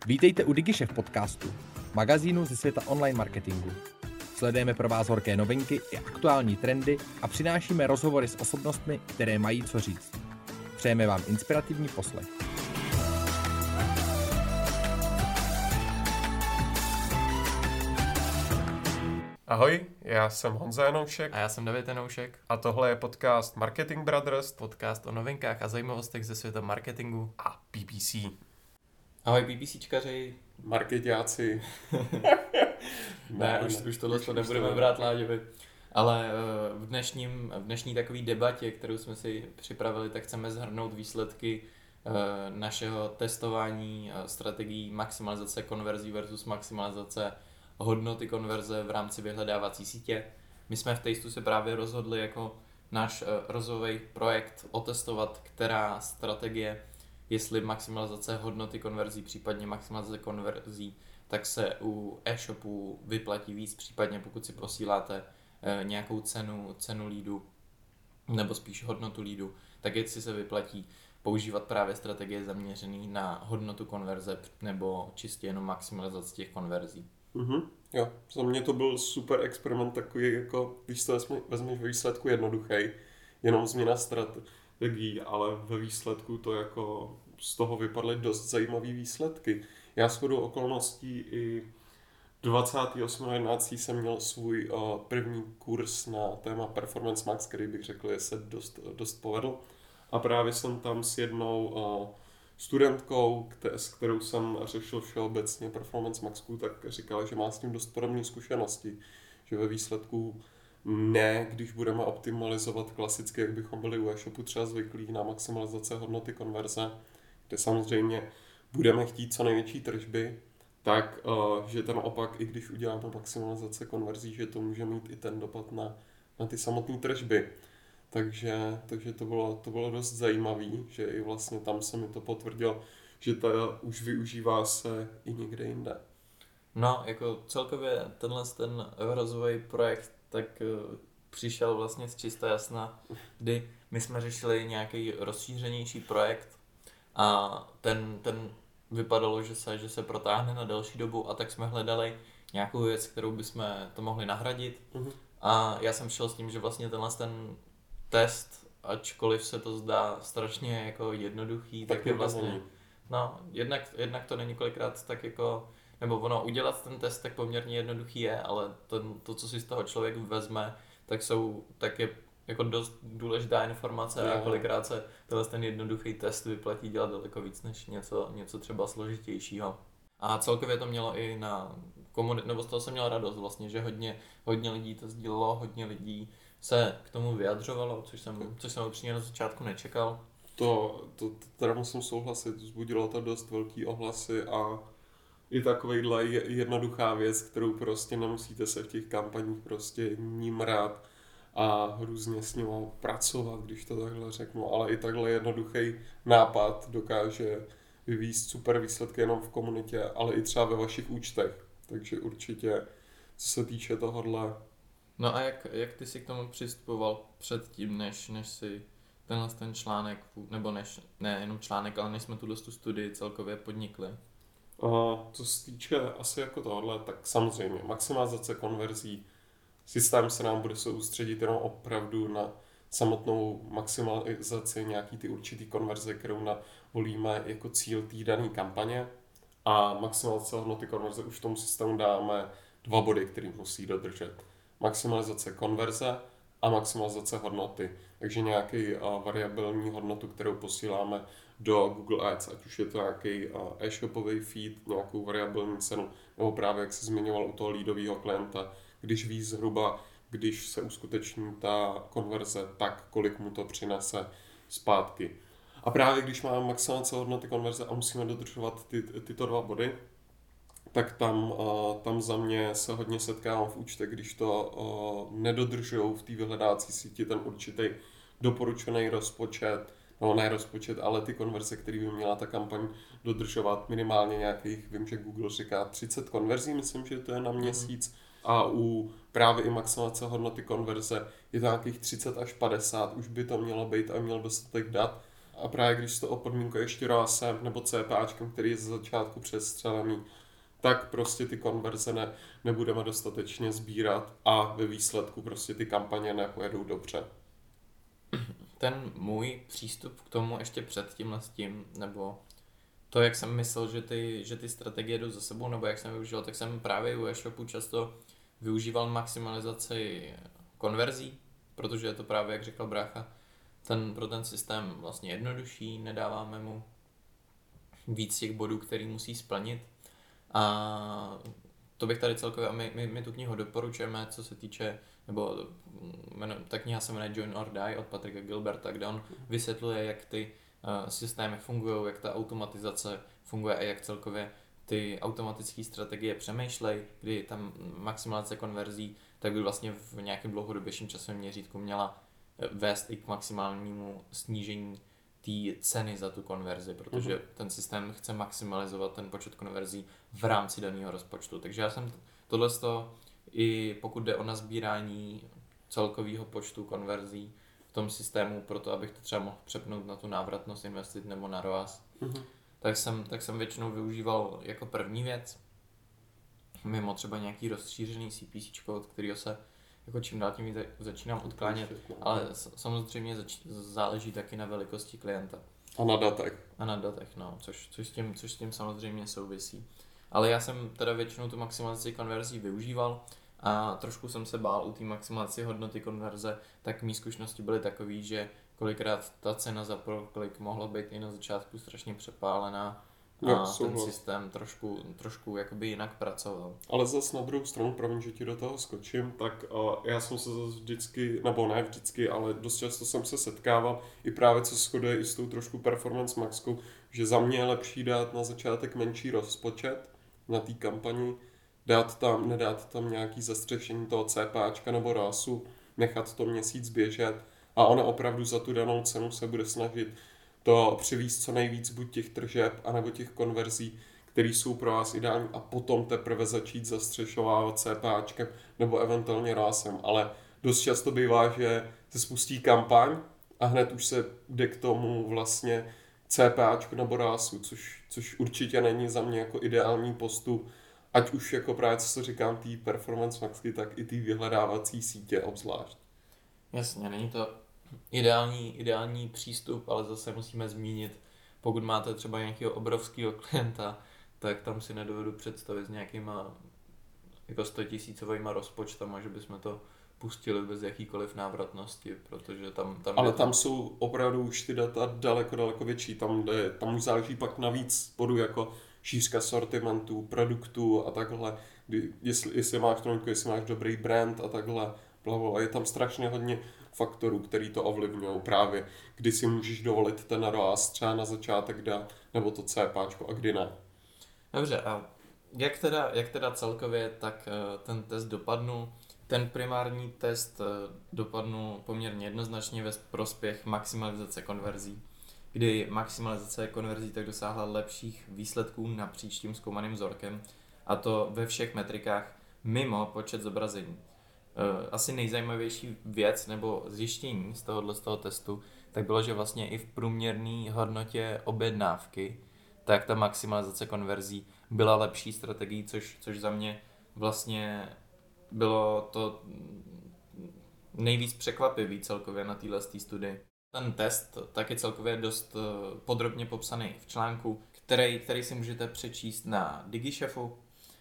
Vítejte u DigiShef podcastu, magazínu ze světa online marketingu. Sledujeme pro vás horké novinky i aktuální trendy a přinášíme rozhovory s osobnostmi, které mají co říct. Přejeme vám inspirativní poslech. Ahoj, já jsem Honza Janoušek A já jsem David Janoušek. a tohle je podcast Marketing Brothers Podcast o novinkách a zajímavostech ze světa marketingu. a PPC. Ahoj PPCčkaři. Marketáci. Ne, už tohle to nebudeme brát láďově. Ale v dnešní takové debatě, kterou jsme si připravili, tak chceme shrnout výsledky našeho testování strategií maximalizace konverzí versus maximalizace hodnoty konverze v rámci vyhledávací sítě. My jsme v Tastu se právě rozhodli jako náš rozvojový projekt otestovat, která strategie, jestli maximalizace hodnoty konverzí, případně maximalizace konverzí, tak se u e-shopu vyplatí víc, případně pokud si posíláte nějakou cenu leadu, nebo spíš hodnotu leadu, tak jestli se vyplatí používat právě strategie zaměřené na hodnotu konverze nebo čistě jenom maximalizaci těch konverzí. Jo, za mě to byl super experiment takový, jako když to vezmeš ve výsledku jednoduchý, jenom změna strategií, ale ve výsledku to jako z toho vypadly dost zajímavý výsledky. Já shodou okolností i 28.11. jsem měl svůj první kurz na téma Performance Max, který bych řekl, že se dost povedl. A právě jsem tam s jednou studentkou, s kterou jsem řešil všeobecně Performance Maxku, tak říkala, že má s tím dost podobné zkušenosti. Že ve výsledku ne, když budeme optimalizovat klasicky, jak bychom byli u e-shopu třeba zvyklí na maximalizace hodnoty konverze, kde samozřejmě budeme chtít co největší tržby, tak že ten opak, i když uděláme maximalizace konverzí, že to může mít i ten dopad na ty samotné tržby. Takže to bylo dost zajímavý, že i vlastně tam se mi to potvrdilo, že ta už využívá se i někde jinde. No, jako celkově ten rozvojový projekt tak přišel vlastně z čista jasna, kdy my jsme řešili nějaký rozšířenější projekt a ten vypadalo, že se protáhne na delší dobu, a tak jsme hledali nějakou věc, kterou bychom to mohli nahradit. A já jsem šel s tím, že vlastně ten test, ačkoliv se to zdá strašně jako jednoduchý, tak je vlastně, no, jednak to není kolikrát tak jako, nebo ono udělat ten test tak poměrně jednoduchý je, ale to, co si z toho člověk vezme, tak je jako dost důležitá informace a kolikrát se ten jednoduchý test vyplatí dělat daleko víc než něco třeba složitějšího. A celkově to mělo i na komunitu, nebo z toho jsem měl radost vlastně, že hodně lidí to sdílelo, hodně lidí se k tomu vyjadřovalo, což jsem upřímně na začátku nečekal. To teda musím souhlasit, vzbudilo to dost velký ohlasy a i takovejhle jednoduchá věc, kterou prostě nemusíte se v těch kampaních prostě nímrat a různě s ním pracovat, když to takhle řeknu, ale i takhle jednoduchý nápad dokáže vyvíjet super výsledky jenom v komunitě, ale i třeba ve vašich účtech. Takže určitě, co se týče tohohle. No a jak ty jsi k tomu přistupoval předtím, než si ten článek, nebo ne jenom článek, ale než jsme tu studii celkově podnikli? Co se týče asi jako tohle, tak samozřejmě maximalizace konverzí, systém se nám bude soustředit jenom opravdu na samotnou maximalizaci nějaký ty určitý konverze, kterou volíme jako cíl té dané kampaně, a maximalizace hodnoty konverze už tomu systému dáme 2 body, který musí dodržet. Maximalizace konverze a maximalizace hodnoty. Takže nějaký variabilní hodnotu, kterou posíláme do Google Ads, ať už je to nějaký e-shopový feed, nějakou variabilní cenu, nebo právě, jak se zmiňoval u toho leadového klienta, když ví zhruba, když se uskuteční ta konverze, tak kolik mu to přinese zpátky. A právě když máme maximalizaci hodnoty konverze a musíme dodržovat tyto 2 body, tak tam za mě se hodně setkávám v účtech, když to nedodržují v té vyhledávací síti ten určitý doporučený rozpočet, no ne rozpočet, ale ty konverze, které by měla ta kampaň dodržovat, minimálně nějakých, vím, že Google říká 30 konverzí, myslím, že to je na měsíc, a u právě i maximalizace hodnoty konverze je to nějakých 30 až 50, už by to mělo být a měl dostatek dat, A právě když to opodmínkuje ještě ROASem nebo CPAčkem, který je ze začátku přestřelený, tak prostě ty konverze nebudeme dostatečně sbírat a ve výsledku prostě ty kampaně nepojedou dobře. Ten můj přístup k tomu ještě před tímhle s tím, nebo to, jak jsem myslel, že ty strategie jdou za sebou, nebo jak jsem využil, tak jsem právě u e-shopu často využíval maximalizaci konverzí, protože je to právě, jak říkal brácha, pro ten systém vlastně jednodušší, nedáváme mu víc těch bodů, který musí splnit. A to bych tady celkově, a my tu knihu doporučujeme, co se týče, nebo ta kniha se jmenuje Join or Die od Patricka Gilberta, kde on vysvětluje, jak ty systémy fungují, jak ta automatizace funguje a jak celkově ty automatické strategie přemýšlej, kdy tam maximalizace konverzí, tak by vlastně v nějakém dlouhodobějším časovém měřítku měla vést i k maximálnímu snížení té ceny za tu konverzi, protože ten systém chce maximalizovat ten počet konverzí v rámci daného rozpočtu. Takže já jsem tohleto, i pokud jde o nazbírání celkového počtu konverzí v tom systému, proto abych to třeba mohl přepnout na tu návratnost investic nebo na ROAS, tak jsem většinou využíval jako první věc, mimo třeba nějaký rozšířený CPC, od kterého se jako čím dál tím začínám odklánět, ale samozřejmě záleží taky na velikosti klienta. A na datech. A na datech, no, což s tím samozřejmě souvisí. Ale já jsem teda většinou tu maximalizaci konverzí využíval a trošku jsem se bál u té maximalizace hodnoty konverze, tak mý zkušenosti byly takový, že kolikrát ta cena za proklik mohla být i na začátku strašně přepálená a ten systém trošku jakoby jinak pracoval. Ale zase na druhou stranu, promiň, že ti do toho skočím, tak já jsem se zase vždycky, nebo ne vždycky, ale dost často jsem se setkával i právě co shoduje i s tou trošku performance maxkou, že za mě je lepší dát na začátek menší rozpočet na té kampani, nedát tam nějaký zastřešení toho CPAčka nebo ROASu, nechat to měsíc běžet a ona opravdu za tu danou cenu se bude snažit to přivízt co nejvíc buď těch tržeb, anebo těch konverzí, které jsou pro vás ideální a potom teprve začít zastřešovávat CPAčkem nebo eventuálně ROASem. Ale dost často bývá, že se spustí kampaň a hned už se jde k tomu vlastně CPAčku nebo ROASu, což určitě není za mě jako ideální postup, ať už jako právě co říkám té performance maxky, tak i té vyhledávací sítě obzvlášť. Jasně, není to ideální přístup, ale zase musíme zmínit, pokud máte třeba nějakého obrovského klienta, tak tam si nedovedu představit s nějakýma jako 100 000 rozpočtama, že bychom to pustili bez jakýkoliv návratnosti, protože tam ale tam jsou opravdu už ty data daleko větší, tam už záleží pak na víc bodů jako šířka sortimentu, produktů a takhle, jestli máš trojku, jestli máš dobrý brand a takhle, blablabla. Je tam strašně hodně faktorů, který to ovlivňují právě, kdy si můžeš dovolit ten ROAS třeba na začátek dát, nebo to CPAčko a kdy ne. Dobře, a jak teda celkově tak ten test dopadnul? Ten primární test dopadnul poměrně jednoznačně ve prospěch maximalizace konverzí, kdy maximalizace konverzí tak dosáhla lepších výsledků napříč tím zkoumaným vzorkem, a to ve všech metrikách mimo počet zobrazení. Asi nejzajímavější věc nebo zjištění z toho testu tak bylo, že vlastně i v průměrné hodnotě objednávky tak ta maximalizace konverzí byla lepší strategií, což za mě vlastně bylo to nejvíc překvapivý celkově na téhle studii. Ten test tak je celkově dost podrobně popsaný v článku, který si můžete přečíst na DigiChefu.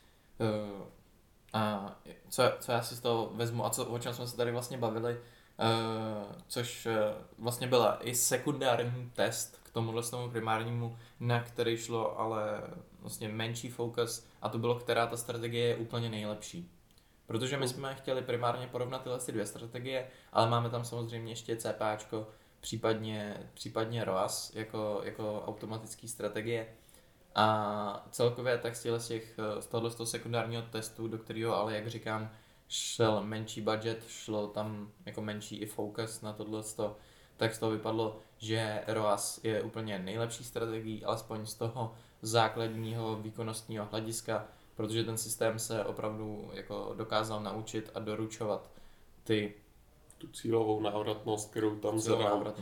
A co já si z toho vezmu a o čem jsme se tady vlastně bavili, což vlastně byla i sekundární test k tomuhle primárnímu, na který šlo ale vlastně menší fokus, a to bylo, která ta strategie je úplně nejlepší. Protože my jsme chtěli primárně porovnat tyhle dvě strategie, ale máme tam samozřejmě ještě CPAčko, případně ROAS jako automatický strategie. A celkově tak z tohoto sekundárního testu, do kterého ale, jak říkám, šel menší budget, šlo tam jako menší i focus na tohleto, tak z toho vypadlo, že ROAS je úplně nejlepší strategií, alespoň z toho základního výkonnostního hlediska, protože ten systém se opravdu jako dokázal naučit a doručovat tu cílovou návratnost, kterou tam zadám.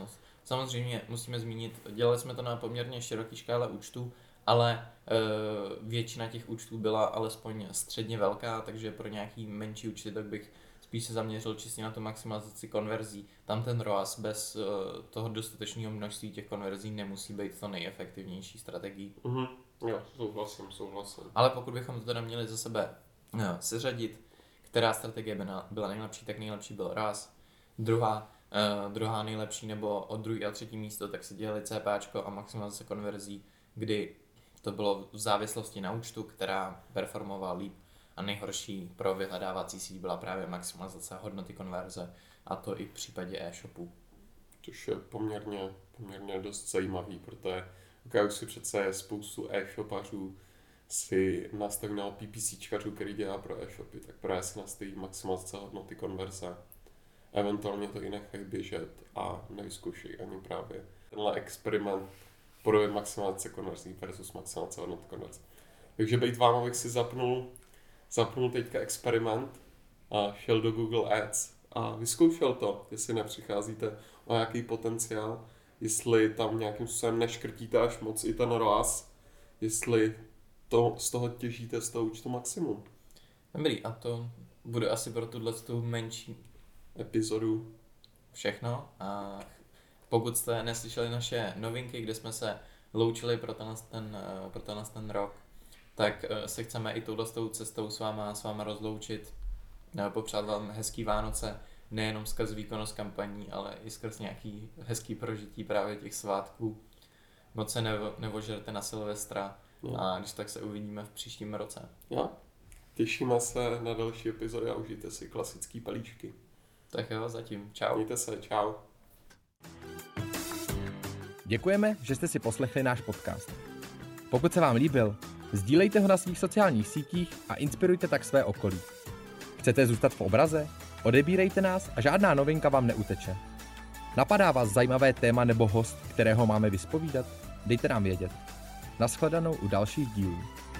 Samozřejmě musíme zmínit, dělali jsme to na poměrně široký škále účtů, ale většina těch účtů byla alespoň středně velká, takže pro nějaký menší účty tak bych spíš se zaměřil čistě na tu maximalizaci konverzí. Tam ten ROAS bez toho dostatečného množství těch konverzí nemusí být to nejefektivnější strategií. Jo, souhlasím. Ale pokud bychom to teda měli za sebe seřadit, která strategie by byla nejlepší, tak nejlepší byl ROAS. Druhá nejlepší nebo o druhé a třetí místo, tak se dělali CPAčko a maximalizace konverzí, kdy to bylo v závislosti na účtu, která performovala líp, a nejhorší pro vyhledávací síť byla právě maximalizace hodnoty konverze, a to i v případě e-shopu. Což je poměrně dost zajímavý, protože už si přece spoustu e-shopařů si nastaví na PPCčkařů, který dělá pro e-shopy, tak právě si nastaví maximalizace hodnoty konverze. Eventuálně to i nechají běžet a nevyzkoušejí ani právě tenhle experiment podobě maximalizace konverzí versus maximalizace hodnoty konverze. Takže bejt vám, abych si zapnul teďka experiment a šel do Google Ads a vyzkoušel to, jestli nepřicházíte o nějaký potenciál, jestli tam nějakým způsobem neškrtíte až moc i ten ROAS, jestli z toho těžíte z toho účtu maximum. Dobrý, a to bude asi pro tu menší epizodu všechno. A pokud jste neslyšeli naše novinky, kde jsme se loučili pro ten rok, tak se chceme i touto cestou s váma rozloučit, popřát vám hezký Vánoce, nejenom skrz výkonnost kampaní, ale i skrz nějaký hezký prožití právě těch svátků. Moc se nevožerte na Silvestra a když tak se uvidíme v příštím roce. Jo. Těšíme se na další epizody a užijte si klasický pelíšky. Tak jo, zatím. Čau. Mějte se, čau. Děkujeme, že jste si poslechli náš podcast. Pokud se vám líbil, sdílejte ho na svých sociálních sítích a inspirujte tak své okolí. Chcete zůstat v obraze? Odebírejte nás a žádná novinka vám neuteče. Napadá vás zajímavé téma nebo host, kterého máme vyspovídat? Dejte nám vědět. Nashledanou u dalších dílů.